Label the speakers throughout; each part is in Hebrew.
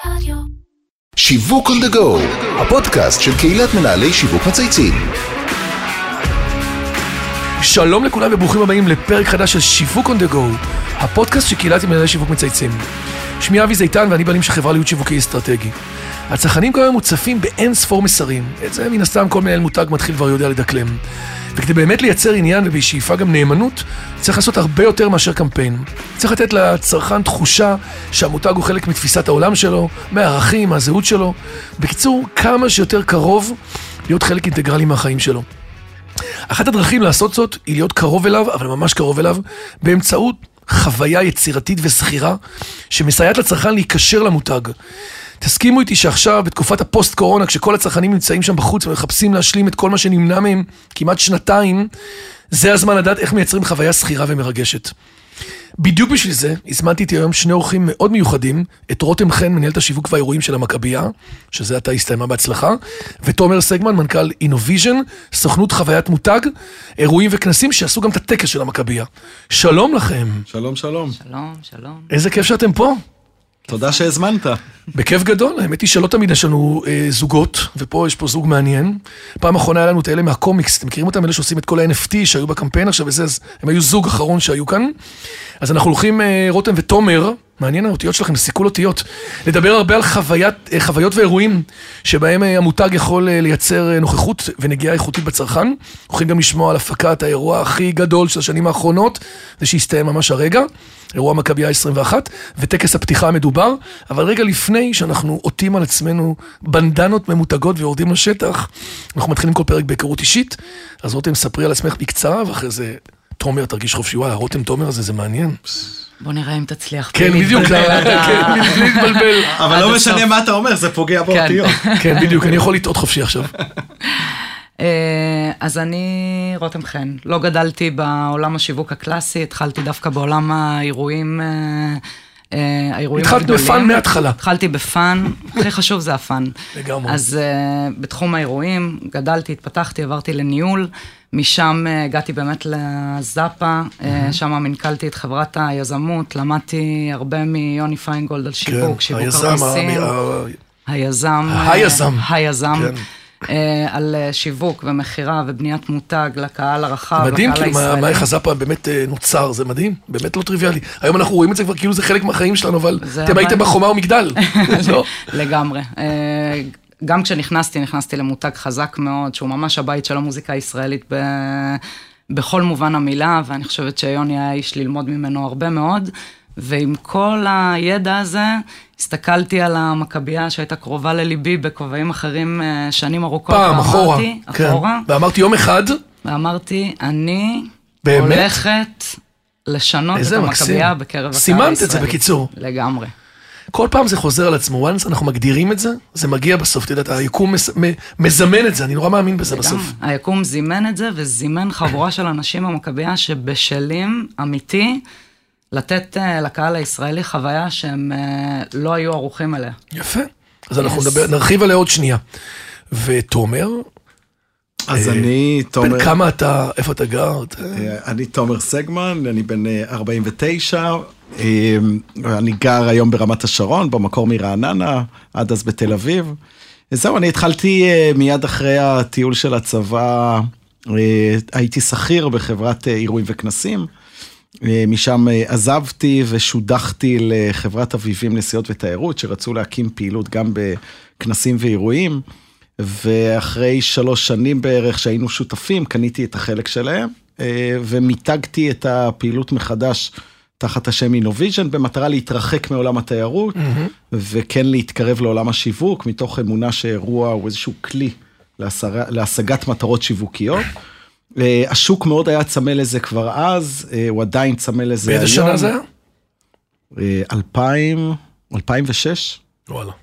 Speaker 1: שיווק on the go, הפודקאסט של קהילת מנהלי שיווק מצייצים.
Speaker 2: שלום לכולם וברוכים הבאים לפרק חדש של שיווק on the go, הפודקאסט של קהילת מנהלי שיווק מצייצים. שמי אבי זיתן ואני בעלים של חברה לייעוץ שיווקי אסטרטגי. הצרכנים כיום מוצפים באין ספור מסרים. את זה מן הסתם כל מנהל מותג מתחיל כבר יודע לדקלם. וכדי באמת לייצר עניין ובשאיפה גם נאמנות, צריך לעשות הרבה יותר מאשר קמפיין. צריך לתת לצרכן תחושה שהמותג הוא חלק מתפיסת העולם שלו, מהערכים, מהזהות שלו. בקיצור, כמה שיותר קרוב להיות חלק אינטגרלי מהחיים שלו. אחת הדרכים לעשות זאת היא להיות קרוב אליו, אבל ממש קרוב אליו, באמצעות חוויה יצירתית וסחירה, שמסייעת לצרכן להיקשר למותג. תסכימו איתי שעכשיו, בתקופת הפוסט-קורונה, כשכל הצרכנים נמצאים שם בחוץ ומחפשים להשלים את כל מה שנמנע מהם כמעט שנתיים, זה הזמן לדעת איך מייצרים חוויה סחירה ומרגשת. בדיוק בשביל זה, הזמנתי איתי היום שני אורחים מאוד מיוחדים, את רותם חן, מנהלת השיווק והאירועים של המכבייה, שזה עתה הסתיימה בהצלחה, ותומר סגמן, מנכ"ל אינוביז'ן, סוכנות חוויית מותג, אירועים וכנסים שעשו גם את הטקס של המכבייה. שלום לכם.
Speaker 3: שלום, שלום.
Speaker 4: שלום, שלום.
Speaker 2: איזה כיף שאתם פה.
Speaker 3: תודה שהזמנת.
Speaker 2: בכיף גדול, האמת היא שלא תמיד יש לנו זוגות, ופה יש פה זוג מעניין. פעם אחרונה היה לנו את האלה מהקומיקס, אתם מכירים אותם, אלה שעושים את כל ה-NFT שהיו בקמפיין עכשיו, וזה, הם היו זוג אחרון שהיו כאן. אז אנחנו הולכים, רותם ותומר, מעניין האותיות שלכם, סיכול אותיות, לדבר הרבה על חוויות ואירועים, שבהם המותג יכול לייצר נוכחות ונגיעה איכותית בצרכן. הולכים גם לשמוע על הפקת האירוע הכי גדול של השנים האחרונות, זה שהסתיים ממש הרגע. אירוע מכבייה 21, וטקס הפתיחה המדובר, אבל רגע לפני שאנחנו עוטים על עצמנו בנדנות ממותגות ויורדים לשטח, אנחנו מתחילים כל פרק בהיכרות אישית, אז רותם, ספרי על עצמך בקצרה, ואחרי זה תומר, תרגיש חופשי, וואי, רותם תומר הזה, זה מעניין.
Speaker 4: בוא נראה אם תצליח.
Speaker 2: כן, בדיוק, בלי להתבלבל.
Speaker 3: אבל לא משנה מה אתה אומר, זה פוגע באותיות.
Speaker 2: כן, בדיוק, אני יכול לטעות חופשי עכשיו.
Speaker 4: אז אני רותם חן, לא גדלתי בעולם השיווק הקלאסי, התחלתי דווקא בעולם האירועים הגדולים.
Speaker 2: התחלת בפן מההתחלה.
Speaker 4: התחלתי בפן, הכי חשוב זה הפן.
Speaker 2: לגמרי.
Speaker 4: אז בתחום האירועים, גדלתי, התפתחתי, עברתי לניהול, משם הגעתי באמת לזאפה, שם מנכלתי את חברת היזמות, למדתי הרבה מיוני פיינגולד על שיווק, שיווק כרטיסים. היזם. על שיווק ומחירה ובניית מותג לקהל הרחב,
Speaker 2: מדהים,
Speaker 4: לקהל הישראלי.
Speaker 2: מה איך הזאפה באמת נוצר, זה מדהים, באמת לא טריוויאלי. היום אנחנו רואים את זה כבר כאילו זה חלק מהחיים שלנו, אבל אתם הייתם בחומה ומגדל.
Speaker 4: לגמרי. גם כשנכנסתי למותג חזק מאוד, שהוא ממש הבית של המוזיקה הישראלית בכל מובן המילה, ואני חושבת שיוני היה איש ללמוד ממנו הרבה מאוד, ועם כל הידע הזה, הסתכלתי על המכבייה שהייתה קרובה לליבי בכובעים אחרים שנים ארוכות.
Speaker 2: פעם, אחורה. ואמרתי יום אחד.
Speaker 4: ואמרתי, אני הולכת לשנות את המכבייה בקרב הקהל הישראלי.
Speaker 2: סימנת את זה בקיצור.
Speaker 4: לגמרי.
Speaker 2: כל פעם זה חוזר על עצמו, once אנחנו מגדירים את זה, זה מגיע בסוף, אתה יודעת, היקום מזמן את זה, אני נורא מאמין בזה בסוף.
Speaker 4: היקום זימן את זה, וזימן חבורה של אנשים במכבייה שבשלים אמיתי, לתת לקהל הישראלי חוויה שהם לא היו ערוכים אליה.
Speaker 2: יפה. אז אנחנו נרחיב עליה עוד שנייה. ותומר?
Speaker 3: אז אני תומר...
Speaker 2: בן כמה אתה, איפה אתה גר?
Speaker 3: אני תומר סגמן, אני בן 49, אני גר היום ברמת השרון, במקור מרעננה, עד אז בתל אביב. זהו, אני התחלתי מיד אחרי הטיול של הצבא, הייתי שכיר בחברת אירועים וכנסים, משם עזבתי ושודחתי לחברת אביבים נסיעות ותיירות, שרצו להקים פעילות גם בכנסים ואירועים, ואחרי 3 שנים בערך שהיינו שותפים, קניתי את החלק שלהם, ומיתגתי את הפעילות מחדש תחת השם אינוביז'ן, במטרה להתרחק מעולם התיירות, וכן להתקרב לעולם השיווק, מתוך אמונה שאירוע הוא איזשהו כלי להשגת מטרות שיווקיות, השוק מאוד היה צמא לזה כבר אז, הוא עדיין צמא לזה היום.
Speaker 2: באיזה שנה זה היה?
Speaker 3: 2006.
Speaker 2: וואלה.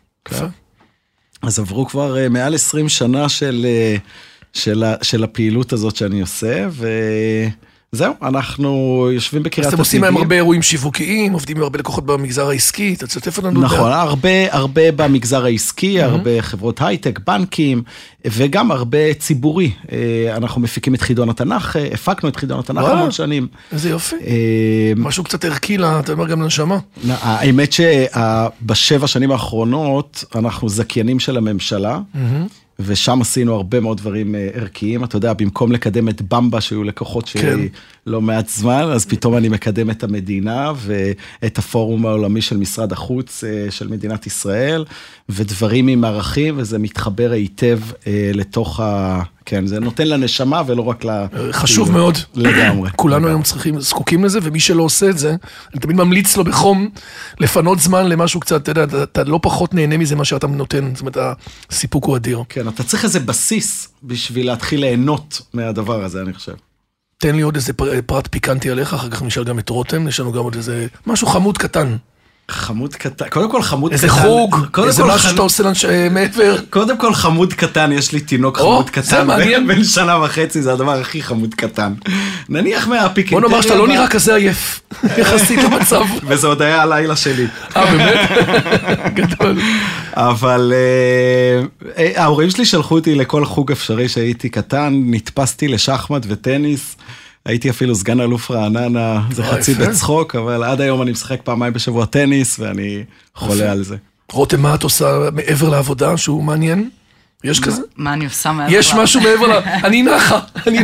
Speaker 3: אז עברו כבר מעל 20 שנה של הפעילות הזאת שאני עושה, זהו, אנחנו יושבים בקריית
Speaker 2: אז אתם עושים מהם הרבה אירועים שיווקיים, עובדים עם הרבה לקוחות במגזר העסקי, אתה תשתף לנו.
Speaker 3: נכון, הרבה במגזר העסקי, הרבה חברות הייטק, בנקים, וגם הרבה ציבורי. אנחנו מפיקים את חידון התנ"ך, הפקנו את חידון התנ"ך המון שנים.
Speaker 2: איזה יופי. משהו קצת ערכי, אתה אומר גם לנשמה.
Speaker 3: האמת שבשבע שנים האחרונות, אנחנו זכיינים של הממשלה, ושם עשינו הרבה מאוד דברים ערכיים, אתה יודע, במקום לקדם את במבה, שהיו לקוחות שלי לא מעט זמן, אז פתאום אני מקדם את המדינה, ואת הפורום העולמי של משרד החוץ של מדינת ישראל, ודברים עם ערכים, וזה מתחבר היטב לתוך כן, זה נותן לנשמה ולא רק
Speaker 2: חשוב מאוד.
Speaker 3: לגמרי.
Speaker 2: כולנו היום זקוקים לזה, ומי שלא עושה את זה, אני תמיד ממליץ לו בחום, לפנות זמן למשהו קצת, אתה לא פחות נהנה מזה מה שאתה נותן, זאת אומרת, הסיפוק הוא אדיר.
Speaker 3: כן, אתה צריך איזה בסיס בשביל להתחיל ליהנות מהדבר הזה, אני חושב.
Speaker 2: תן לי עוד איזה פרט פיקנטי עליך, אחר כך נשאל גם את רותם, יש לנו גם עוד איזה משהו חמוד קטן.
Speaker 3: חמוד קטן, קודם כל חמוד
Speaker 2: איזה
Speaker 3: קטן.
Speaker 2: איזה חוג, איזה משהו שאתה עושה מעבר.
Speaker 3: קודם כל חמוד קטן, יש לי תינוק חמוד קטן.
Speaker 2: זה מעניין.
Speaker 3: בן שנה וחצי, זה הדבר הכי חמוד קטן. נניח מהפיקינטריה.
Speaker 2: בוא נאמר שאתה לא נראה כזה עייף, יחסית למצב.
Speaker 3: וזה עוד היה הלילה שלי.
Speaker 2: באמת? גדול.
Speaker 3: אבל ההורים שלי שלחו אותי לכל חוג אפשרי שהייתי קטן, נתפסתי לשחמט וטניס, הייתי אפילו סגן אלוף רעננה, זה חצי בצחוק, אבל עד היום אני משחק פעמיים בשבוע טניס, ואני חולה על זה.
Speaker 2: רותם, מה את עושה מעבר לעבודה שהוא מעניין? יש כזה?
Speaker 4: מה אני עושה מעבר?
Speaker 2: יש משהו מעבר אני נחה.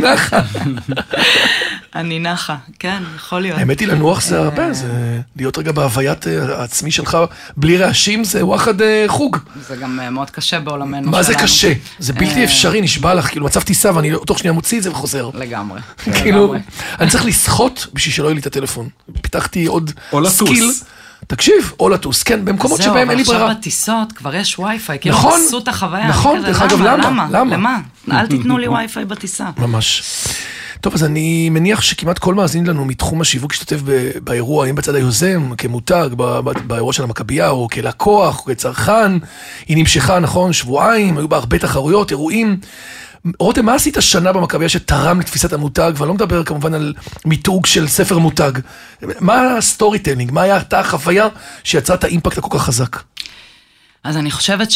Speaker 4: אני נחה, כן, יכול להיות.
Speaker 2: האמת היא, לנוח זה הרבה, זה להיות רגע בהוויית העצמי שלך, בלי רעשים, זה וואחד חוג.
Speaker 4: זה גם מאוד קשה בעולמנו שלנו.
Speaker 2: מה זה קשה? זה בלתי אפשרי, נשבע לך, כאילו מצב טיסה, ואני תוך שנייה מוציא את זה וחוזר.
Speaker 4: לגמרי.
Speaker 2: כאילו, אני צריך לשחות בשביל שלא יהיה לי את הטלפון. פיתחתי עוד סקיל. תקשיב, או לטוס, כן, במקומות שבהם אין לי ברירה.
Speaker 4: זהו, עכשיו בטיסות כבר יש וי-פיי, כאילו עשו את החוויה.
Speaker 2: נכון, דרך אגב, למה?
Speaker 4: למה? אל תיתנו לי וי-פיי בטיסה.
Speaker 2: ממש. טוב, אז אני מניח שכמעט כל מאזין לנו מתחום השיווק השתתף באירוע, אם בצד היוזם, כמותג, באירוע של המכבייה, או כלקוח, או כצרכן, היא נמשכה, נכון, שבועיים, היו בה הרבה תחרויות, אירועים. רותם, מה עשית שנה במכבייה שתרם לתפיסת המותג, ואני לא מדבר כמובן על מיתוג של ספר מותג. מה הסטורי טיילינג? מה הייתה החוויה שיצרה את האימפקט הכל כך חזק?
Speaker 4: אז אני חושבת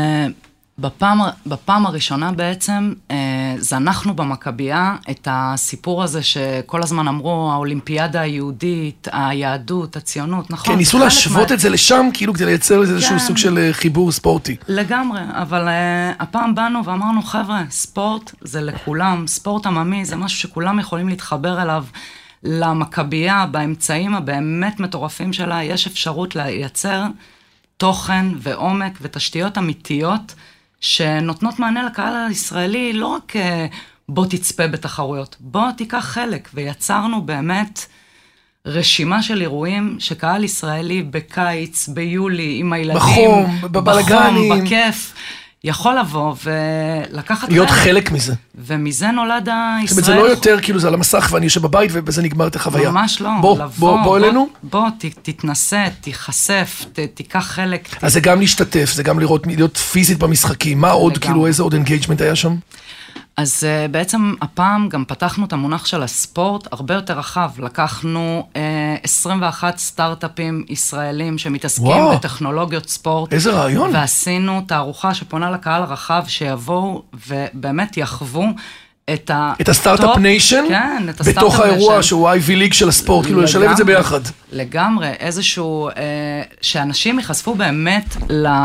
Speaker 4: שבפעם הראשונה בעצם, זנחנו במכבייה את הסיפור הזה שכל הזמן אמרו, האולימפיאדה היהודית, היהדות, הציונות, נכון?
Speaker 2: כן, ניסו להשוות את זה לשם, כאילו כדי לייצר איזשהו סוג של חיבור ספורטי.
Speaker 4: לגמרי, אבל הפעם באנו ואמרנו, חבר'ה, ספורט זה לכולם, ספורט עממי זה משהו שכולם יכולים להתחבר אליו, למכבייה, באמצעים הבאמת מטורפים שלה, יש אפשרות לייצר תוכן ועומק ותשתיות אמיתיות, שנותנות מענה לקהל הישראלי, לא רק בוא תצפה בתחרויות, בוא תיקח חלק, ויצרנו באמת רשימה של אירועים שקהל ישראלי בקיץ, ביולי, עם הילדים,
Speaker 2: בחום, בבלגנים,
Speaker 4: בכיף, יכול לבוא ולקחת
Speaker 2: להיות חלק מזה.
Speaker 4: ומזה נולד הישראל.
Speaker 2: זאת אומרת, זה לא יותר כאילו זה על המסך ואני יושב בבית ובזה נגמר את החוויה.
Speaker 4: ממש לא.
Speaker 2: בוא אלינו.
Speaker 4: בוא, תתנסה, תיחשף, תיקח חלק.
Speaker 2: אז זה גם להשתתף, זה גם להיות פיזית במשחקים. מה עוד, כאילו איזה עוד אינגייג'מנט היה שם?
Speaker 4: אז בעצם הפעם גם פתחנו את המונח של הספורט הרבה יותר רחב. לקחנו 21 סטארט-אפים ישראלים שמתעסקים בטכנולוגיות ספורט.
Speaker 2: איזה רעיון.
Speaker 4: ועשינו תערוכה שפונה לקהל הרחב שיבואו ובאמת יחוו את
Speaker 2: הסטארט-אפ ניישן,
Speaker 4: כן, את הסטארט-אפ
Speaker 2: בתוך האירוע שהוא אייבי ליג של הספורט, כאילו לשלב את זה ביחד.
Speaker 4: לגמרי, איזשהו, שאנשים יחשפו באמת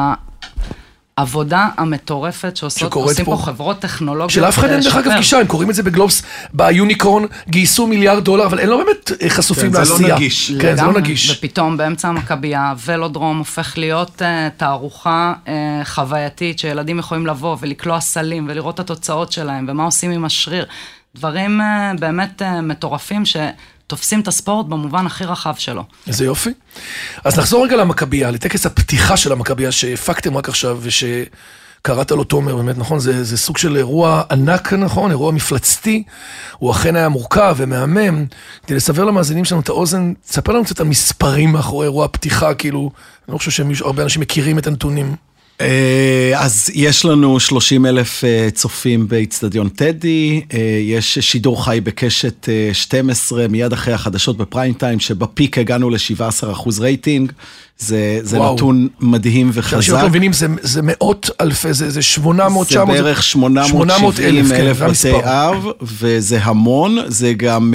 Speaker 4: עבודה המטורפת שעושים פה חברות טכנולוגיות.
Speaker 2: של אף אחד אין דרך אגב גישה, הם קוראים את זה בגלובס, ביוניקורן, גייסו $1 מיליארד, אבל הם לא באמת חשופים לעשייה.
Speaker 3: זה לא נגיש.
Speaker 2: כן, זה לא נגיש.
Speaker 4: ופתאום באמצע המכבייה, ולודרום הופך להיות תערוכה חווייתית, שילדים יכולים לבוא ולקלוע סלים, ולראות את התוצאות שלהם, ומה עושים עם השריר. דברים באמת מטורפים תופסים את הספורט במובן הכי רחב שלו. איזה
Speaker 2: יופי. אז נחזור רגע למכבייה, לטקס הפתיחה של המכבייה, שהפקתם רק עכשיו, ושקראת לו תומר, באמת, נכון? זה סוג של אירוע ענק, נכון? אירוע מפלצתי. הוא אכן היה מורכב ומהמם. כדי לסבר למאזינים שלנו את האוזן, תספר לנו קצת המספרים מאחורי אירוע הפתיחה, כאילו, אני לא חושב שהרבה אנשים מכירים את הנתונים.
Speaker 3: אז יש לנו 30,000 צופים באצטדיון טדי, יש שידור חי בקשת 12, מיד אחרי החדשות בפריים טיים, שבפיק הגענו ל-17% רייטינג, זה נתון מדהים וחזק.
Speaker 2: שאנשים לא מבינים, זה מאות אלפי, זה 800, 900.
Speaker 3: זה בערך 870,000 בתי אב, וזה המון, זה גם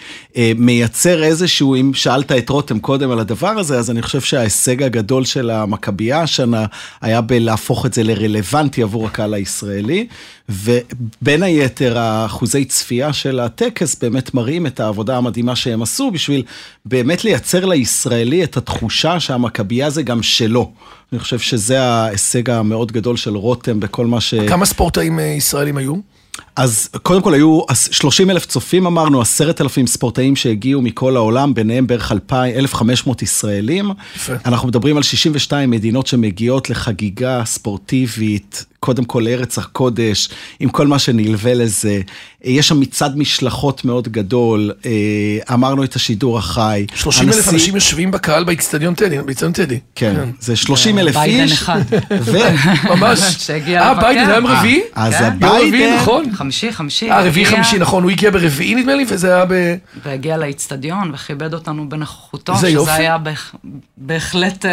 Speaker 3: מייצר איזשהו, אם שאלת את רותם קודם על הדבר הזה, אז אני חושב שההישג הגדול של המכבייה השנה, היה בלהפוך את זה לרלוונטי עבור הקהל הישראלי, ובין היתר האחוזי צפייה של הטקס באמת מראים את העבודה המדהימה שהם עשו, בשביל באמת לייצר לישראלי את התחושה שהמכבייה זה גם שלו. אני חושב שזה ההישג המאוד גדול של רותם בכל מה
Speaker 2: כמה ספורטאים ישראלים היו?
Speaker 3: אז קודם כל היו 30,000 צופים, אמרנו, 10,000 ספורטאים שהגיעו מכל העולם, ביניהם בערך 1,500 ישראלים. אנחנו מדברים על 62 מדינות שמגיעות לחגיגה ספורטיבית, קודם כל לארץ הקודש, עם כל מה שנלווה לזה. יש שם מצד משלחות מאוד גדול, אמרנו את השידור החי.
Speaker 2: 30,000 אנשים יושבים בקהל באצטדיון טדי.
Speaker 3: כן, זה 30,000 איש.
Speaker 4: ביידן אחד.
Speaker 2: ממש. ביידן היה רביעי?
Speaker 3: אז הביידן,
Speaker 2: נכון.
Speaker 4: חמישי.
Speaker 2: רביעי, נכון, הוא הגיע ברביעי נדמה לי, וזה היה
Speaker 4: והגיע לאצטדיון וכיבד אותנו בנוכחותו,
Speaker 2: שזה היה
Speaker 4: בהחלט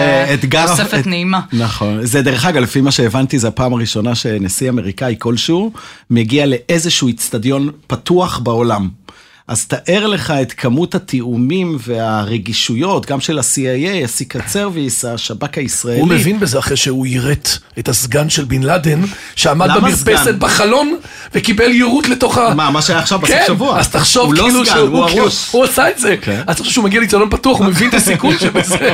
Speaker 4: תוספת נעימה.
Speaker 3: נכון, זה דרך אגב, לפי מה שהבנתי, זה הפעם הראשונה שנשיא אמריקאי כלשהו, מגיע לאיזשהו אצטדיון פתוח בעולם. אז תאר לך את כמות התיאומים והרגישויות, גם של ה-CIA, הסיקרט סרוויס, השב"כ הישראלי.
Speaker 2: הוא מבין בזה אחרי שהוא יירט את הסגן של בן לאדן, שעמד במרפסת בחלון, וקיבל יירוט לתוך
Speaker 3: מה שהיה עכשיו בסוף שבוע?
Speaker 2: כן, אז תחשוב כאילו שהוא עשה את זה. אז תחשוב שהוא מגיע לאצטדיון פתוח, הוא מבין את הסיכון שבזה,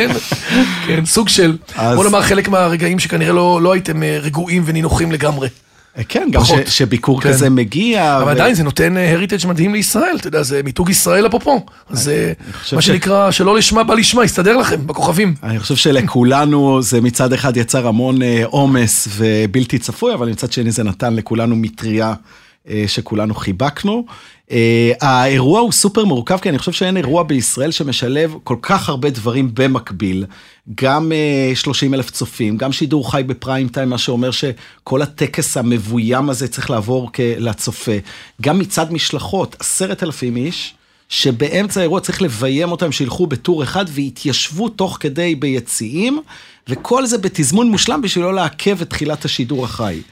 Speaker 2: כן, סוג של, בוא נאמר חלק מהרגעים שכנראה לא הייתם רגועים ונינוחים לגמרי.
Speaker 3: כן, גם שביקור כזה מגיע.
Speaker 2: אבל עדיין זה נותן הריטג' מדהים לישראל, אתה יודע, זה מיתוג ישראל אפרופו. אז מה שנקרא, שלא לשמה בא לשמה, יסתדר לכם, בכוכבים.
Speaker 3: אני חושב שלכולנו זה מצד אחד יצר המון עומס ובלתי צפוי, אבל מצד שני זה נתן לכולנו מטריה שכולנו חיבקנו. האירוע הוא סופר מורכב, כי אני חושב שאין אירוע בישראל שמשלב כל כך הרבה דברים במקביל, גם 30,000 צופים, גם שידור חי בפריים טיים, מה שאומר שכל הטקס המבוים הזה צריך לעבור לצופה, גם מצד משלחות, 10,000 איש, שבאמצע האירוע צריך לביים אותם, שילכו בטור אחד, והתיישבו תוך כדי ביציעים, וכל זה בתזמון מושלם, בשביל לא לעכב את תחילת השידור החי.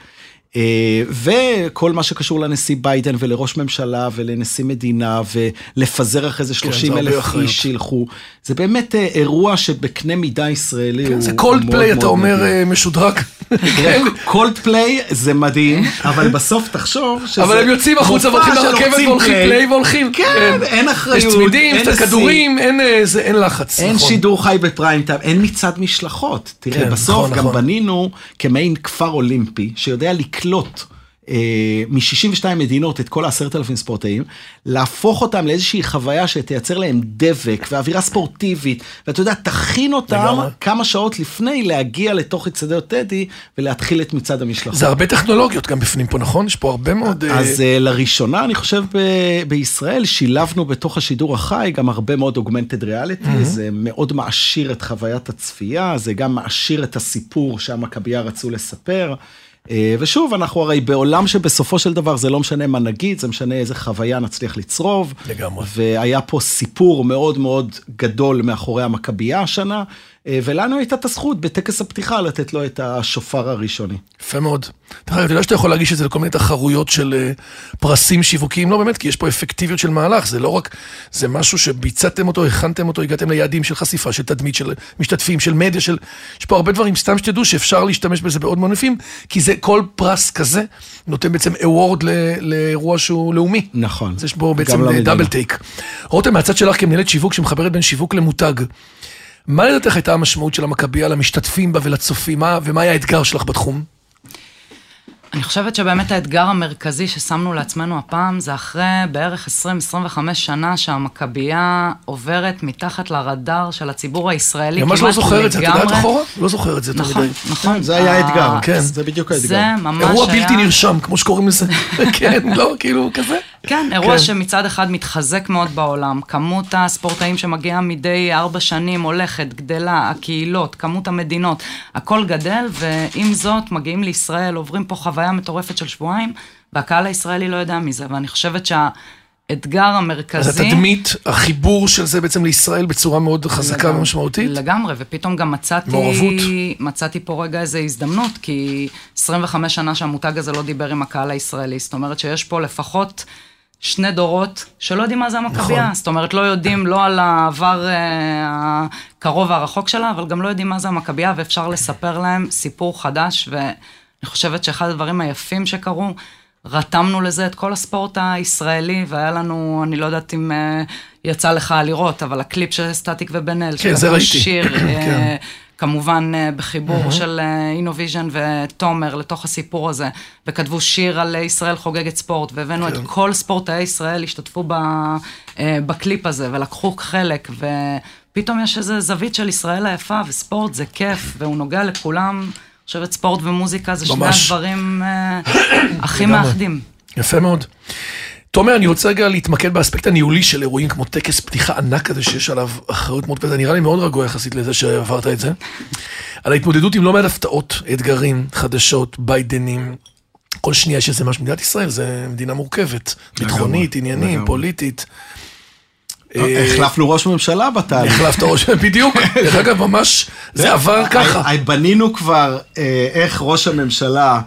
Speaker 3: וכל מה שקשור לנשיא ביידן ולראש ממשלה ולנשיא מדינה ולפזר אחרי זה 30,000 איש שילכו, זה באמת אירוע שבקנה מידה ישראלי.
Speaker 2: זה קולד פליי, אתה אומר, משודרג.
Speaker 3: קולד פליי זה מדהים, אבל בסוף תחשוב שזה...
Speaker 2: אבל הם יוצאים החוצה והולכים לרכבת והולכים פליי והולכים.
Speaker 3: כן, אין אחריות.
Speaker 2: יש צמידים, יש כדורים, אין לחץ.
Speaker 3: אין שידור חי בפריים טיים, אין מצד משלחות. תראה, בסוף גם בנינו כמעין כפר אולימפי, שיודע לקלוט מ-62 מדינות את כל 10,000 ספורטאים, להפוך אותם לאיזושהי חוויה שתייצר להם דבק ואווירה ספורטיבית, ואתה יודע, תכין אותם כמה שעות לפני להגיע לתוך אצטדיון טדי ולהתחיל את מצעד המשלחות.
Speaker 2: זה הרבה טכנולוגיות גם בפנים פה, נכון? יש פה הרבה מאוד...
Speaker 3: אז לראשונה, אני חושב, בישראל שילבנו בתוך השידור החי גם הרבה מאוד augmented reality, זה מאוד מעשיר את חוויית הצפייה, זה גם מעשיר את הסיפור שהמכבייה רצו לספר, ושוב, אנחנו הרי בעולם שבסופו של דבר זה לא משנה מה נגיד, זה משנה איזה חוויה נצליח לצרוב.
Speaker 2: לגמרי.
Speaker 3: והיה פה סיפור מאוד מאוד גדול מאחורי המכבייה השנה, ולנו הייתה את הזכות בטקס הפתיחה לתת לו את השופר הראשוני.
Speaker 2: יפה מאוד. אתה יודע שאתה יכול להגיש את זה לכל מיני תחרויות של פרסים שיווקיים, לא באמת, כי יש פה אפקטיביות של מהלך, זה לא רק, זה משהו שביצעתם אותו, הכנתם אותו, הגעתם ליעדים של חשיפה, של תדמית, של משתתפים, של מדיה, יש פה הרבה דברים, סתם שתדעו שאפשר להשתמש בזה בעוד מנופים, כי זה כל פרס כזה נותן בעצם award לאירוע שהוא לאומי.
Speaker 3: נכון.
Speaker 2: אז יש בו בעצם דאבל טייק. רותם, מהצד שלך כמנהלת שיווק שמחברת בין שיווק למותג, מה לדעתך הייתה המשמעות של המכבייה למשתתפים בה ולצופים, ומה היה האתגר שלך בתחום?
Speaker 4: אני חושבת שבאמת האתגר המרכזי ששמנו לעצמנו הפעם, זה אחרי בערך 20-25 שנה שהמכבייה עוברת מתחת לרדאר של הציבור הישראלי.
Speaker 2: ממש לא זוכר את זה, אתה יודעת אחורה? לא זוכר את זה.
Speaker 4: נכון.
Speaker 3: זה היה האתגר, זה בדיוק האתגר.
Speaker 4: זה ממש היה...
Speaker 2: אירוע בלתי נרשם, כמו שקוראים לזה. כן, לא, כאילו כזה.
Speaker 4: כן, אירוע שמצד אחד מתחזק מאוד בעולם, כמות הספורטאים שמגיעה מדי 4 שנים הולכת, גדלה, הקהילות, כמות המדינות, הכל גדל, ועם זאת מגיעים לישראל, עוברים פה חוויה מטורפת של שבועיים, והקהל הישראלי לא יודע מזה, ואני חושבת האתגר המרכזי...
Speaker 2: אז התדמית, החיבור של זה בעצם לישראל בצורה מאוד חזקה ומשמעותית?
Speaker 4: לגמרי, ופתאום גם מצאתי פה רגע איזו הזדמנות, כי 25 שנה שהמותג הזה לא דיבר עם הקהל הישראלי, זאת אומרת שיש פה לפחות 2 דורות שלא יודעים מה זה המכבייה, נכון. זאת אומרת לא יודעים לא על העבר הקרוב והרחוק שלה, אבל גם לא יודעים מה זה המכבייה, ואפשר לספר להם סיפור חדש, ואני חושבת שאחד הדברים היפים שקרו, רתמנו לזה את כל הספורט הישראלי, והיה לנו, אני לא יודעת אם יצא לך לראות, אבל הקליפ של סטטיק ובן אל,
Speaker 2: כן, זה ראיתי.
Speaker 4: שיר, כמובן בחיבור של אינוביז'ן ותומר לתוך הסיפור הזה, וכתבו שיר על ישראל חוגגת ספורט, והבאנו את כל ספורטאי ישראל, השתתפו בקליפ הזה, ולקחו חלק, ופתאום יש איזו זווית של ישראל היפה, וספורט זה כיף, והוא נוגע לכולם, אני חושבת ספורט ומוזיקה זה שני הדברים הכי מאחדים.
Speaker 2: יפה מאוד. תומר, אני רוצה רגע להתמקד באספקט הניהולי של אירועים, כמו טקס פתיחה ענק כזה שיש עליו אחריות מאוד כזה, נראה לי מאוד רגוע יחסית לזה שעברת את זה. על ההתמודדות עם לא מעט הפתעות, אתגרים, חדשות, ביידנים, כל שנייה יש איזה משהו, מדינת ישראל זה מדינה מורכבת, ביטחונית, עניינים, פוליטית.
Speaker 3: החלפנו ראש ממשלה בתהליך.
Speaker 2: החלפת ראש, בדיוק. דרך אגב, ממש, זה עבר ככה.
Speaker 3: בנינו כבר איך ראש הממשלה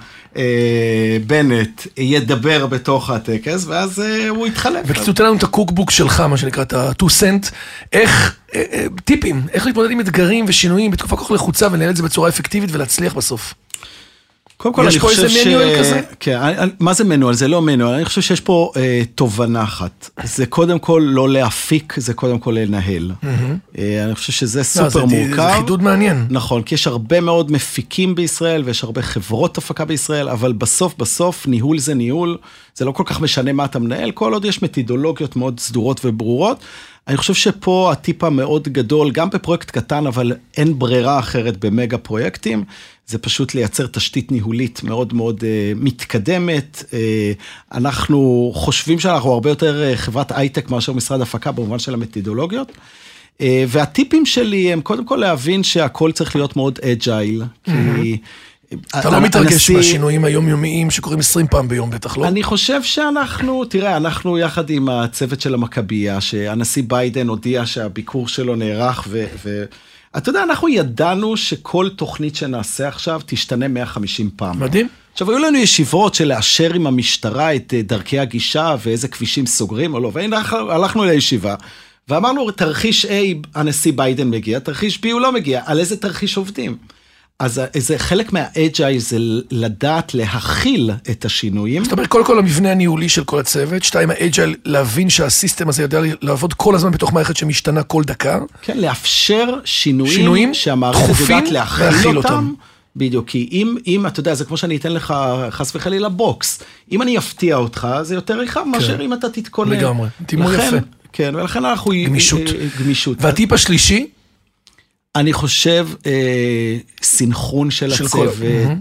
Speaker 3: בנט ידבר בתוך הטקס, ואז הוא יתחלף.
Speaker 2: וקיצור, תן לנו את הקוקבוק שלך, מה שנקרא, את ה-2 cent, איך, טיפים, איך להתמודד עם אתגרים ושינויים בתקופה כל כך לחוצה, ולנהל את זה בצורה אפקטיבית ולהצליח בסוף.
Speaker 3: קודם כל, אני חושב ש... כן, מה זה מנואל? זה לא מנואל. אני חושב שיש פה תובנה אחת. זה קודם כל לא להפיק, זה קודם כל לנהל. אני חושב שזה סופר מורכב.
Speaker 2: זה חידוד מעניין.
Speaker 3: נכון, כי יש הרבה מאוד מפיקים בישראל, ויש הרבה חברות הפקה בישראל, אבל בסוף, ניהול זה ניהול. זה לא כל כך משנה מה אתה מנהל, כל עוד יש מתודולוגיות מאוד סדורות וברורות. אני חושב שפה הטיפ המאוד גדול, גם בפרויקט קטן, אבל אין ברירה אחרת במגה פרויקטים, זה פשוט לייצר תשתית ניהולית מאוד מאוד מתקדמת. אנחנו חושבים שאנחנו הרבה יותר חברת הייטק מאשר משרד הפקה במובן של המתודולוגיות. והטיפים שלי הם קודם כל להבין שהכל צריך להיות מאוד אג'ייל, כי...
Speaker 2: אתה לא מתרגש מהשינויים היומיומיים שקורים 20 פעם ביום בטח, לא?
Speaker 3: אני חושב שאנחנו, תראה, אנחנו יחד עם הצוות של המכבייה, שהנשיא ביידן הודיע שהביקור שלו נערך, אתה יודע, אנחנו ידענו שכל תוכנית שנעשה עכשיו תשתנה 150 פעם.
Speaker 2: מדהים.
Speaker 3: עכשיו, היו לנו ישיבות של לאשר עם המשטרה את דרכי הגישה ואיזה כבישים סוגרים או לא, והלכנו לישיבה, ואמרנו, תרחיש A, הנשיא ביידן מגיע, תרחיש B הוא לא מגיע, על איזה תרחיש עובדים? אז זה חלק מהאג'ייל זה לדעת להכיל את השינויים.
Speaker 2: זאת אומרת, קודם כל המבנה הניהולי של כל הצוות, 2, האג'ייל להבין שהסיסטם הזה יודע לעבוד כל הזמן בתוך מערכת שמשתנה כל דקה.
Speaker 3: כן, לאפשר שינויים שהמערכת יודעת להכיל אותם. בדיוק, כי אם אתה יודע, זה כמו שאני אתן לך חס וחלילה בוקס, אם אני אפתיע אותך, זה יותר רחב מאשר אם אתה תתכונן.
Speaker 2: לגמרי, תימור יפה.
Speaker 3: כן, ולכן אנחנו... גמישות.
Speaker 2: והטיפ השלישי?
Speaker 3: אני חושב, סינכרון של הצוות,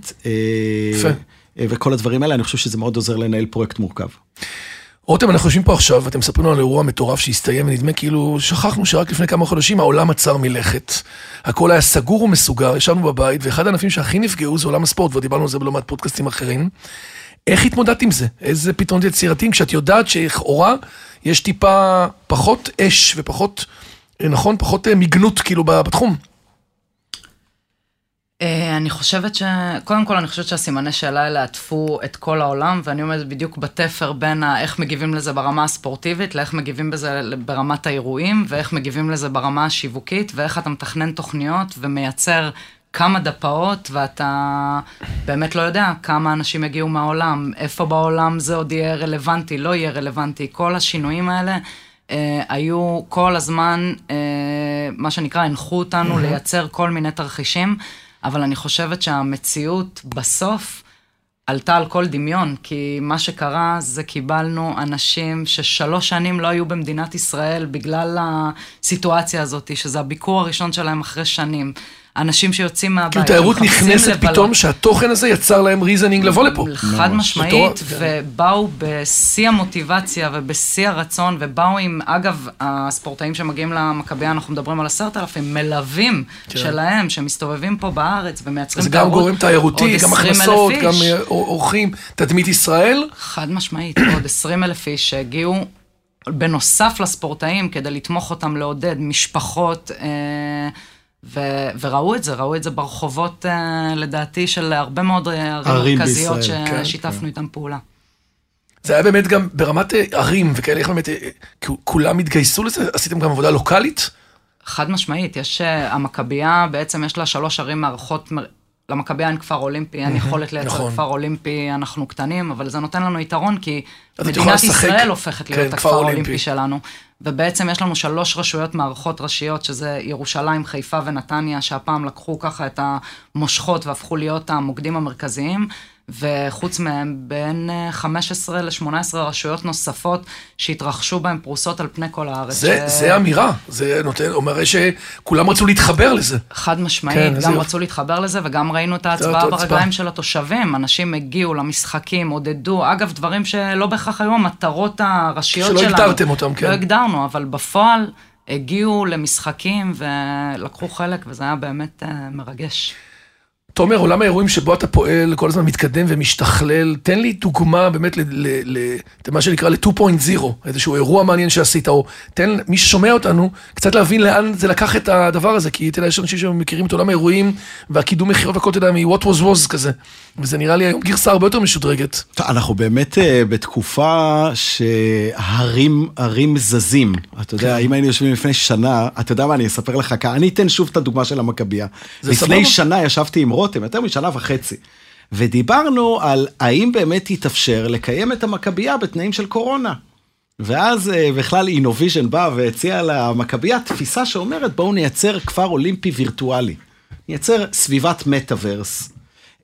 Speaker 3: וכל הדברים האלה, אני חושב שזה מאוד עוזר לנהל פרויקט מורכב.
Speaker 2: רותם, אנחנו יושבים פה עכשיו, ואתם מספרים לנו על אירוע מטורף שהסתיים, ונדמה כאילו שכחנו שרק לפני כמה חודשים העולם עצר מלכת. הכל היה סגור ומסוגר, ישבנו בבית, ואחד הענפים שהכי נפגעו זה עולם הספורט, ודיברנו על זה בלא מעט פודקאסטים אחרים. איך התמודדת עם זה? איזה פתרונות יצירתיים, כשאת יודעת שלכאורה יש טיפה פחות אש ופחות... נכון, פחות מגנות כאילו בתחום.
Speaker 4: אני חושבת קודם כל אני חושבת שהסימני שאלה האלה עטפו את כל העולם, ואני עומדת בדיוק בתפר בין איך מגיבים לזה ברמה הספורטיבית, לאיך מגיבים בזה ברמת האירועים, ואיך מגיבים לזה ברמה השיווקית, ואיך אתה מתכנן תוכניות ומייצר כמה דפאות, ואתה באמת לא יודע כמה אנשים יגיעו מהעולם, איפה בעולם זה עוד יהיה רלוונטי, לא יהיה רלוונטי, כל השינויים האלה, היו כל הזמן, מה שנקרא, הנחו אותנו לייצר כל מיני תרחישים, אבל אני חושבת שהמציאות בסוף עלתה על כל דמיון, כי מה שקרה זה קיבלנו אנשים ש3 שנים לא היו במדינת ישראל בגלל הסיטואציה הזאת, שזה הביקור הראשון שלהם אחרי שנים. אנשים שיוצאים מהבית.
Speaker 2: כאילו תיירות נכנסת פתאום שהתוכן הזה יצר להם ריזנינג לבוא לפה.
Speaker 4: חד משמעית, ובאו בשיא המוטיבציה ובשיא הרצון, ובאו עם, אגב, הספורטאים שמגיעים למכבייה, אנחנו מדברים על 10,000 מלווים שלהם, שמסתובבים פה בארץ ומייצרים
Speaker 2: תיירות. זה גם גורם תיירותי, גם הכנסות, גם אורחים, תדמית ישראל.
Speaker 4: חד משמעית, עוד 20,000 איש שהגיעו בנוסף לספורטאים, כדי לתמוך אותם לעודד משפחות, וראו את זה ברחובות, לדעתי, של הרבה מאוד ערים מרכזיות ששיתפנו איתם פעולה.
Speaker 2: זה היה באמת גם ברמת ערים וכאלה, איך באמת, כולם התגייסו לזה? עשיתם גם עבודה לוקלית?
Speaker 4: חד משמעית, המכבייה בעצם יש לה 3 ערים מערכות, למכבייה אין כפר אולימפי, אין יכולת לייצר כפר אולימפי, אנחנו קטנים, אבל זה נותן לנו יתרון, כי מדינת ישראל הופכת להיות הכפר האולימפי שלנו, ובעצם יש לנו 3 רשויות מערכות ראשיות, שזה ירושלים, חיפה ונתניה, שהפעם לקחו ככה את המושכות, והפכו להיות המוקדים המרכזיים, וחוץ מהם בין 15 ל-18 רשויות נוספות שהתרחשו בהם פרוסות על פני כל הארץ.
Speaker 2: זה אמירה, זה אומר שכולם רצו להתחבר לזה.
Speaker 4: חד משמעית, גם רצו להתחבר לזה, וגם ראינו את ההצבעה ברגליים של התושבים, אנשים הגיעו למשחקים, עודדו, אגב דברים שלא בהכרח היו המטרות הראשיות שלנו.
Speaker 2: שלא הגדרתם אותם, כן.
Speaker 4: לא הגדרנו, אבל בפועל הגיעו למשחקים ולקחו חלק, וזה היה באמת מרגש.
Speaker 2: תומר, עולם האירועים שבו אתה פועל, כל הזמן מתקדם ומשתכלל, תן לי דוגמה באמת למה שנקרא ל-2.0, איזשהו אירוע מעניין שעשית, או תן מי ששומע אותנו קצת להבין לאן זה לקח את הדבר הזה, כי תדע, יש אנשים שמכירים את עולם האירועים, והקידום מחירות וכל תדע מ-what was was כזה, וזה נראה לי היום גרסה הרבה יותר משודרגת.
Speaker 3: אנחנו באמת בתקופה שהרים זזים, אתה יודע, אם היינו יושבים לפני שנה, אתה יודע מה, אני אספר לך, אני אתן שוב את הדוגמה של המכבייה. לפני שנה ישבתי עם רותם, יותר משנה וחצי, ודיברנו על האם באמת יתאפשר לקיים את המכבייה בתנאים של קורונה. ואז בכלל אינוביז'ן בא והציע למכבייה תפיסה שאומרת, בואו נייצר כפר אולימפי וירטואלי. נייצר סביבת מטאברס,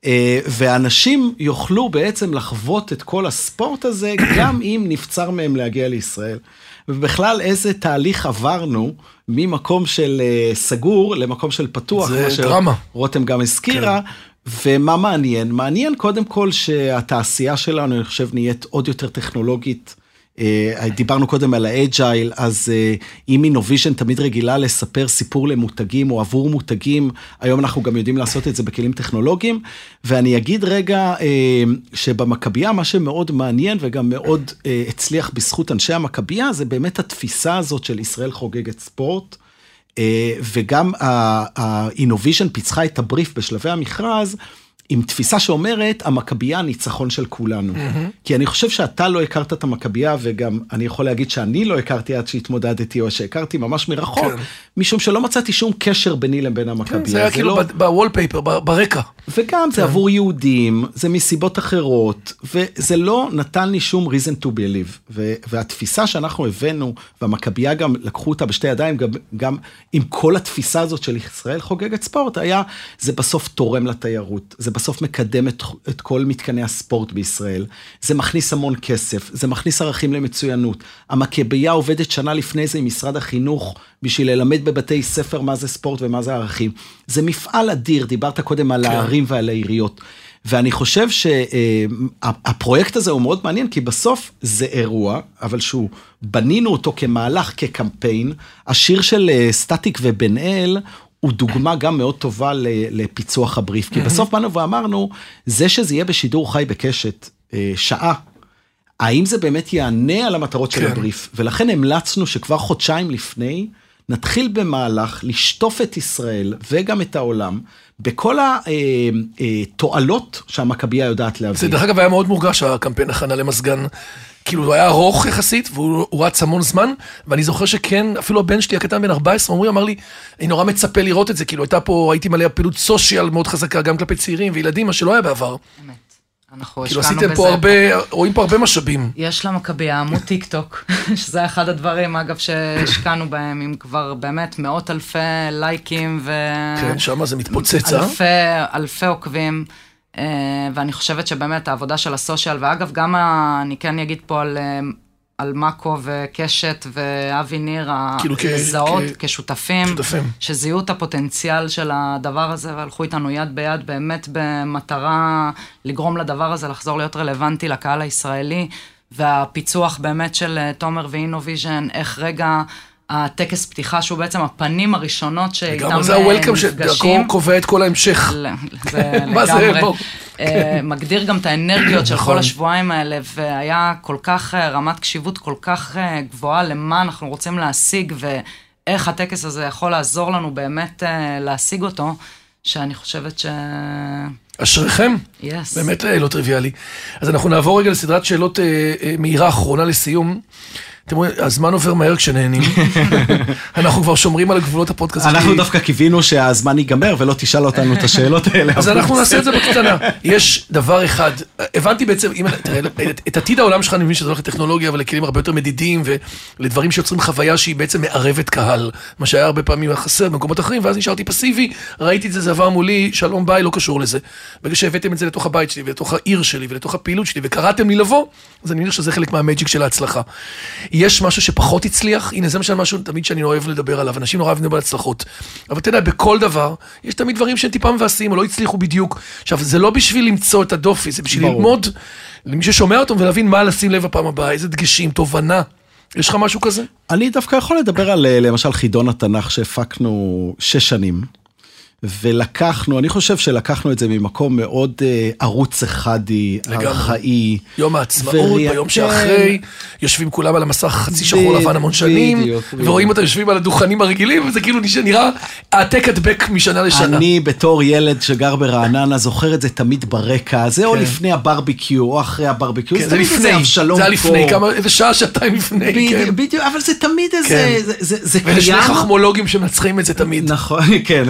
Speaker 3: ואנשים יוכלו בעצם לחוות את כל הספורט הזה, גם אם נבצר מהם להגיע לישראל. ובכלל איזה תהליך עברנו ממקום של סגור למקום של פתוח.
Speaker 2: זה דרמה.
Speaker 3: רותם גם הזכירה, ומה מעניין? מעניין קודם כל שהתעשייה שלנו, אני חושב, נהיית עוד יותר טכנולוגית. דיברנו קודם על האג'ייל, אז אם אינוביז'ן תמיד רגילה לספר סיפור למותגים או עבור מותגים, היום אנחנו גם יודעים לעשות את זה בכלים טכנולוגיים, ואני אגיד רגע שבמכבייה מה שמאוד מעניין וגם מאוד הצליח בזכות אנשי המכבייה, זה באמת התפיסה הזאת של ישראל חוגגת ספורט, וגם האינוביז'ן פיצחה את הבריף בשלבי המכרז, עם תפיסה שאומרת, המכבייה הניצחון של כולנו. כי אני חושב שאתה לא הכרת את המכבייה, וגם אני יכול להגיד שאני לא הכרתי עד שהתמודדתי, או שהכרתי ממש מרחוק, משום שלא מצאתי שום קשר ביני לבין המכבייה.
Speaker 2: זה היה כאילו בוולפייפר, ברקע.
Speaker 3: וגם זה עבור יהודים, זה מסיבות אחרות, וזה לא נתן לי שום reason to believe. והתפיסה שאנחנו הבאנו, והמכבייה גם לקחו אותה בשתי ידיים, גם עם כל התפיסה הזאת של ישראל חוגגת ספורט, זה בסוף תורם לתיירות, זה בסוף מקדם את כל מתקני הספורט בישראל, זה מכניס המון כסף, זה מכניס ערכים למצוינות, המכבייה עובדת שנה לפני זה עם משרד החינוך, בשביל ללמד בבתי ספר מה זה ספורט ומה זה ערכים, זה מפעל אדיר, דיברת קודם על הערים ועל העיריות, ואני חושב שהפרויקט הזה הוא מאוד מעניין, כי בסוף זה אירוע, אבל שהוא בנינו אותו כמהלך, כקמפיין, השיר של סטטיק ובן אל, הוא דוגמה גם מאוד טובה לפיצוח הבריף, כי בסוף באנו ואמרנו, זה שזה יהיה בשידור חי בקשת, שעה, האם זה באמת יענה על המטרות של הבריף, ולכן המלצנו שכבר חודשיים לפני, נתחיל במהלך לשטוף את ישראל וגם את העולם, בכל התועלות שהמכבייה יודעת להביא.
Speaker 2: זה דרך אגב היה מאוד מורגש, הקמפיין הכנה למסגן, כאילו הוא היה ארוך יחסית, והוא רץ המון זמן, ואני זוכר שכן, אפילו הבן שלי הקטן בן 14, אמר לי, אני נורא מצפה לראות את זה, כאילו הייתי מלא פעילות סושיאל מאוד חזקה, גם כלפי צעירים וילדים, מה שלא היה בעבר.
Speaker 4: אמת. אנחנו
Speaker 2: כאילו עשיתם פה הרבה, רואים פה הרבה משאבים.
Speaker 4: יש למכבייה עמוד טיק טוק, שזה אחד הדברים, אגב, שהשקענו בהם, עם כבר באמת מאות אלפי לייקים,
Speaker 2: כן, שמה זה מתפוצץ,
Speaker 4: אלפי עוקבים, ואני חושבת שבאמת העבודה של הסושיאל, ואגב, גם אני כן אגיד פה על על מאקו וקשת ואבי ניר,
Speaker 2: כאילו
Speaker 4: לזהות כשותפים,
Speaker 2: שותפים.
Speaker 4: שזיהו את הפוטנציאל של הדבר הזה, והלכו איתנו יד ביד, באמת במטרה לגרום לדבר הזה לחזור להיות רלוונטי לקהל הישראלי, והפיצוח באמת של תומר ואינוויז'ן, איך רגע הטקס פתיחה, שהוא בעצם הפנים הראשונות שאיתם נפגשים.
Speaker 2: זה הוולקאם שדרכו קובע את כל ההמשך.
Speaker 4: מה זה בוא? מגדיר גם את האנרגיות של כל השבועיים האלה, והיה כל כך רמת קשיבות כל כך גבוהה למה אנחנו רוצים להשיג, ואיך הטקס הזה יכול לעזור לנו באמת להשיג אותו, שאני חושבת
Speaker 2: אשריכם? באמת לא טריוויאלי. אז אנחנו נעבור רגע לסדרת שאלות מהירה אחרונה לסיום. אתם רואים, הזמן עובר מהר כשנהנים. אנחנו כבר שומרים על הגבולות הפודקאסט.
Speaker 3: אנחנו דווקא קיווינו שהזמן ייגמר ולא תשאל אותנו את השאלות האלה.
Speaker 2: אז אנחנו נעשה את זה בקטנה. יש דבר אחד, הבנתי בעצם, את עתיד העולם שלך אני מבין שזה הולך לטכנולוגיה ולכלים הרבה יותר מדידים ולדברים שיוצרים חוויה שהיא בעצם מערבת קהל, מה שהיה הרבה פעמים חסר במקומות אחרים, ואז נשארתי פסיבי, ראיתי את זה, זה עבר מולי, שלום ביי, לא קשור לזה. ברגע שהבאתם את זה לתוך הבית שלי ולתוך העיר שלי ולתוך הפעילות שלי וקראתם לי לבוא, אז אני מבין שזה חלק מהמאג'יק של ההצלחה. יש משהו שפחות הצליח, הנה זה למשל משהו תמיד שאני אוהב לדבר עליו, אנשים נורא אוהבים לדבר על הצלחות, אבל אתה יודע, בכל דבר, יש תמיד דברים שהם טיפה מבאסים, או לא הצליחו בדיוק, עכשיו, זה לא בשביל למצוא את הדופי, זה בשביל ללמוד, למי ששומע אותם, ולהבין מה לשים לב הפעם הבאה, איזה דגשים, תובנה, יש לך משהו כזה?
Speaker 3: אני דווקא יכול לדבר על, למשל, חידון התנ"ך שהפקנו 6 שנים, ולקחנו, אני חושב שלקחנו את זה ממקום מאוד ערוץ אחד-י, ארכאי.
Speaker 2: יום העצמאות, ביום שאחרי, יושבים כולם על המסך חצי שחור לבן המון שנים, ורואים אותם יושבים על הדוכנים הרגילים, וזה כאילו נראה העתק הדבק משנה לשנה.
Speaker 3: אני בתור ילד שגר ברעננה, זוכר את זה תמיד ברקע, זה או לפני הברביקיו, או אחרי הברביקיו,
Speaker 2: זה לפני, זה היה לפני, איזה שעה, שעתיים לפני.
Speaker 3: בדיוק, אבל זה תמיד איזה, זה קיים.
Speaker 2: ושני חכמולוגים שמנצחים את זה תמיד.
Speaker 3: נכון, כן.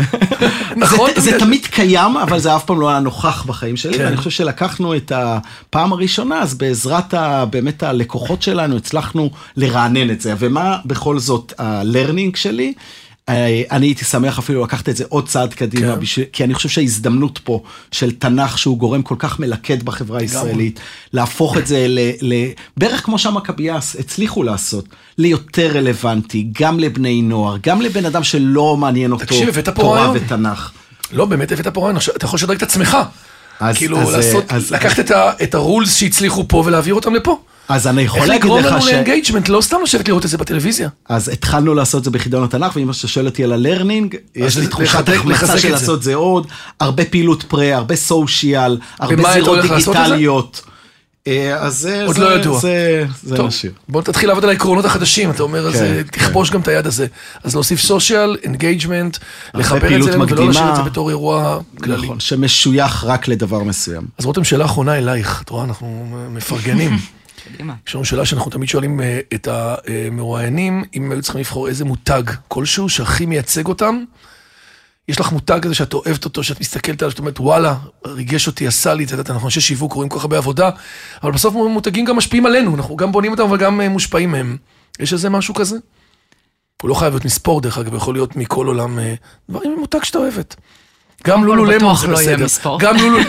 Speaker 3: זה תמיד קיים, אבל זה אף פעם לא היה נוכח בחיים שלי, ואני חושב שלקחנו את הפעם הראשונה, אז בעזרת באמת הלקוחות שלנו, הצלחנו לרענן את זה, ומה בכל זאת הלרנינג שלי, אני הייתי שמח אפילו לקחת את זה עוד צעד קדימה, כי אני חושב שההזדמנות פה של תנ"ך, שהוא גורם כל כך מלכד בחברה הישראלית, להפוך את זה בערך כמו שהמכבייה הצליחו לעשות, ליותר רלוונטי, גם לבני נוער, גם לבן אדם שלא מעניין אותו תורה ותנ"ך.
Speaker 2: לא, באמת הבאת פה רעיון, אתה יכול לשדרג את עצמך. כאילו, לקחת את הרולס שהצליחו פה ולהעביר אותם לפה.
Speaker 3: אז אני יכול להגיד לך
Speaker 2: איך לגרום לנו לאנגייג'מנט, לא סתם לשבת לראות את זה בטלוויזיה.
Speaker 3: אז התחלנו לעשות את זה בחידון התנ"ך, ואם אתה שואל אותי על הלרנינג, יש לי תחושת החמצה של לעשות זה עוד, הרבה פעילות פרה, הרבה סושיאל, הרבה זירות דיגיטליות. אז
Speaker 2: עוד לא ידוע.
Speaker 3: זה נשאיר.
Speaker 2: בוא תתחיל לעבוד על העקרונות החדשים, אתה אומר, אז תכבוש גם את היד הזה. אז להוסיף סושיאל, אנגייג'מנט, לחבר את זה לנו, ולא להשאיר את זה בתור אירוע כללי.
Speaker 3: נכון, שמשוייך רק לדבר מסוים.
Speaker 2: אז רותם, שאלה אחרונה אלייך, את רואה, אנחנו מפרגנים. יש לנו שאלה שאנחנו תמיד שואלים את המרואיינים, אם היו צריכים לבחור איזה מותג כלשהו שהכי מייצג אותם, יש לך מותג כזה שאת אוהבת אותו, שאת מסתכלת עליו, שאת אומרת, וואלה, ריגש אותי, עשה לי, אנחנו אנשי שיווק, קוראים כל כך הרבה עבודה, אבל בסוף מותגים גם משפיעים עלינו, אנחנו גם בונים אותם וגם מושפעים מהם. יש איזה משהו כזה? הוא לא חייב להיות מספור, דרך אגב, יכול להיות מכל עולם, דברים עם מותג שאתה אוהבת. גם לולו למון זה בסדר. גם לולו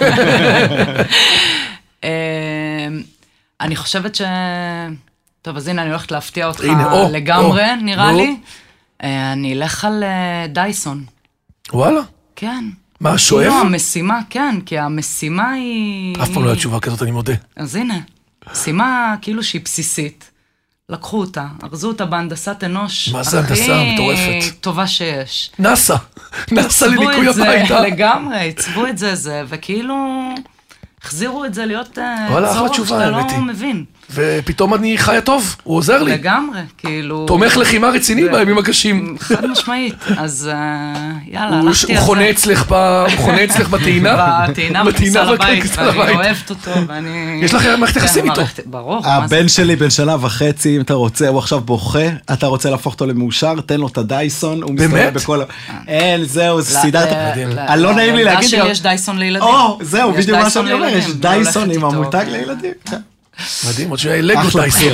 Speaker 4: אני חושבת טוב, אז הנה, אני הולכת להפתיע אותך לגמרי, נראה לי. אני אלך על דייסון.
Speaker 2: וואלה?
Speaker 4: כן.
Speaker 2: מה, שואב?
Speaker 4: לא, המשימה, כן, כי המשימה היא...
Speaker 2: אף פעם לא היה תשובה כזאת, אני מודה.
Speaker 4: אז הנה, משימה כאילו שהיא בסיסית, לקחו אותה, ארזו אותה בהנדסת אנוש,
Speaker 2: מה זה הנדסה? מטורפת.
Speaker 4: טובה שיש.
Speaker 2: נאסא לניקוי הביתה.
Speaker 4: לגמרי, הצבו את זה, וכאילו... החזירו את זה להיות
Speaker 2: צורך שאתה
Speaker 4: לא מבין.
Speaker 2: ופתאום אני חיה טוב, הוא עוזר לי.
Speaker 4: לגמרי, כאילו...
Speaker 2: תומך לחימה רציני בימים הקשים.
Speaker 4: חד משמעית, אז יאללה, הלכתי
Speaker 2: הוא חונה אצלך בטעינה?
Speaker 4: בטעינה בכניסה לבית, ואני אוהבת אותו, ואני...
Speaker 2: יש לך מערכת יחסים איתו.
Speaker 4: ברור.
Speaker 3: הבן שלי בן 1.5 שנה, אם אתה רוצה, הוא עכשיו בוכה, אתה רוצה להפוך אותו למאושר, תן לו את הדייסון, הוא מסתובב בכל... אין, זהו, זה סידרת... לא נעים לי להגיד...
Speaker 4: שלי יש דייסון לילדים.
Speaker 3: זהו, בדיוק מה שאני אומר, יש דייסון עם המותג לילדים.
Speaker 2: מדהים, עוד שנייה לגו דייסון.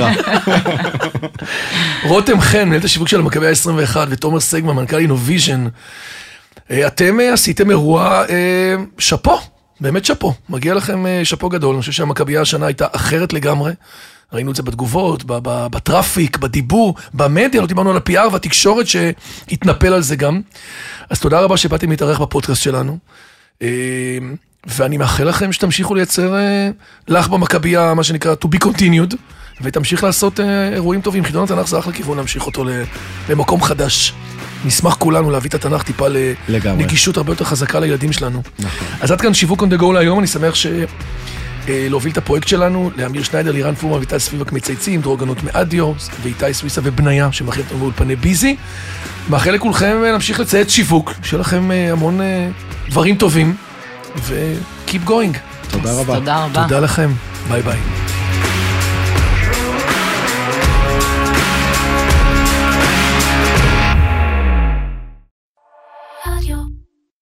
Speaker 2: רותם חן, מנהלת השיווק של המכבייה 21, ותומר סגמן, מנכ"ל אינוויז'ן. אתם עשיתם אירוע שפו, באמת שפו. מגיע לכם שפו גדול, אני חושב שהמכבייה השנה הייתה אחרת לגמרי. ראינו את זה בתגובות, בטראפיק, בדיבור, במדיה, לא דיברנו על ה-PR והתקשורת שהתנפל על זה גם. אז תודה רבה שבאתם להתארח בפודקאסט שלנו. ואני מאחל לכם שתמשיכו לייצר לך במכבייה, מה שנקרא to be continued, ותמשיך לעשות אירועים טובים. חידון התנ"ך זה אחלה כיוון להמשיך אותו למקום חדש. נשמח כולנו להביא את התנ"ך טיפה לנגישות הרבה יותר חזקה לילדים שלנו. נכון. אז עד כאן שיווק on the go להיום, אני שמח להוביל את הפרויקט שלנו, לאמיר שניידר, לירן פורמן ויטל ספיבק מצייצים, דרור גנות מאדיו, ואיתי סוויסה ובניה, שמאחים אותנו באולפני ביזי. מאחל לכולכם להמשיך לצייץ שיווק, שיהיה לכם המון דברים טובים, ו-keep going.
Speaker 3: תודה רבה.
Speaker 4: תודה רבה.
Speaker 2: תודה לכם. ביי ביי.